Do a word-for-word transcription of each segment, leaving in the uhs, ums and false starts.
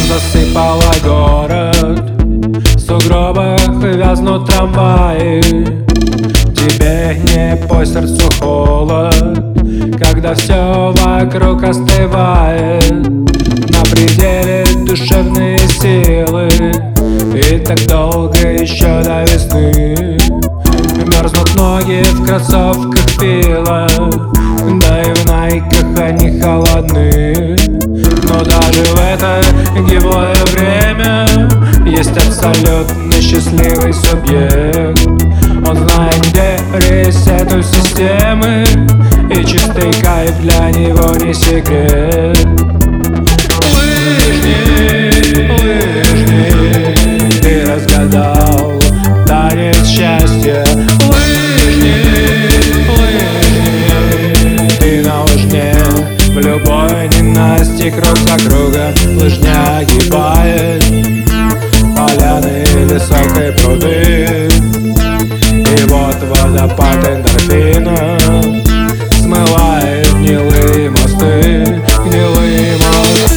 засыпала город, в сугробах вязнут трамваи. Тебе не по сердцу холод, когда все вокруг остывает. На пределе душевные силы, и так долго еще до весны. Мерзнут ноги в кроссовках пила, да и в найках они холодны. Но даже в это гиблое время есть абсолютно счастливый субъект. Он знает, где ресету системы, и чистый кайф для него не секрет. Лыжник, лыжник, ты разгадал танец счастья. Лыжник, лыжник, ты на лыжне, в любой ненастье круг за кругом лыжня огибает поляны высокой пруды. И вот водопад эндорфина смывает гнилые мосты, гнилые мосты.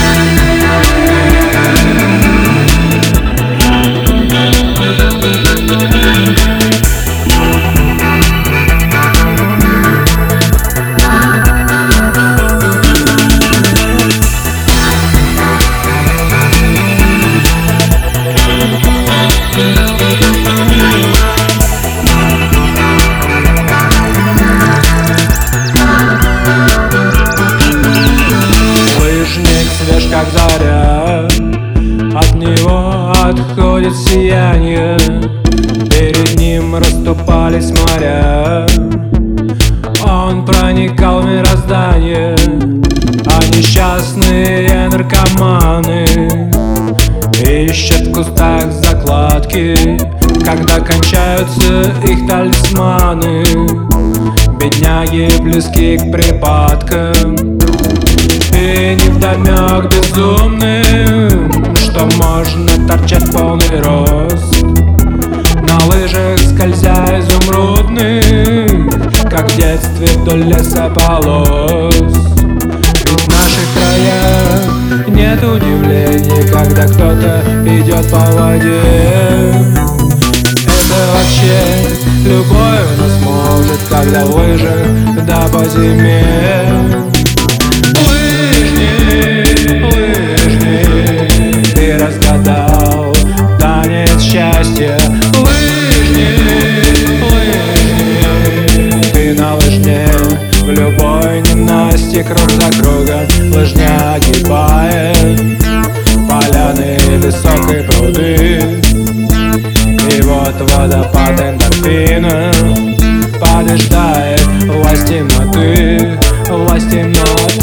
Свеж как заря, от него отходит сияние. Перед ним расступались моря, он проникал в мироздание. А несчастные наркоманы ищут в кустах закладки, когда кончаются их талисманы. Бедняги близки к припадкам, и невдомёк безумным, что можно торчать в полный рост на лыжах, скользя изумрудных, как в детстве вдоль лесополос. Ведь в наших краях нет удивления, когда кто-то идет по воде. Это вообще любой у нас может, когда в лыжах да по зиме. Ты разгадал танец счастья. Лыжник, лыжник, ты на лыжне, в любой ненастье круг за кругом лыжня огибает поляны высокой пруды. И вот водопад эндорфина побеждает власть темноты, власть темноты.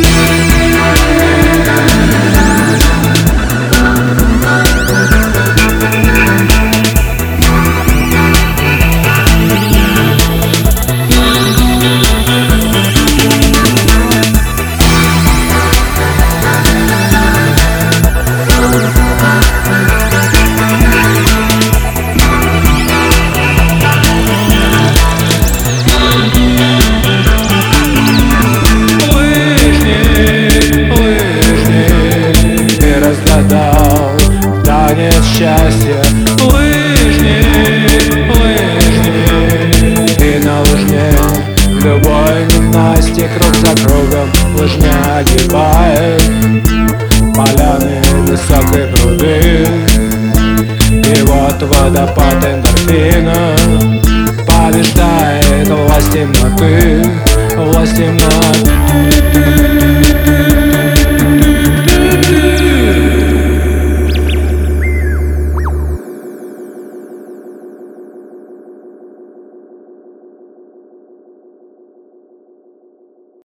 Танец счастья. Лыжник, лыжник, ты на лыжне, в любой ненастье круг за кругом лыжня огибает поляны высокой пруды. И вот водопад эндорфина побеждает власть темноты, власть темноты.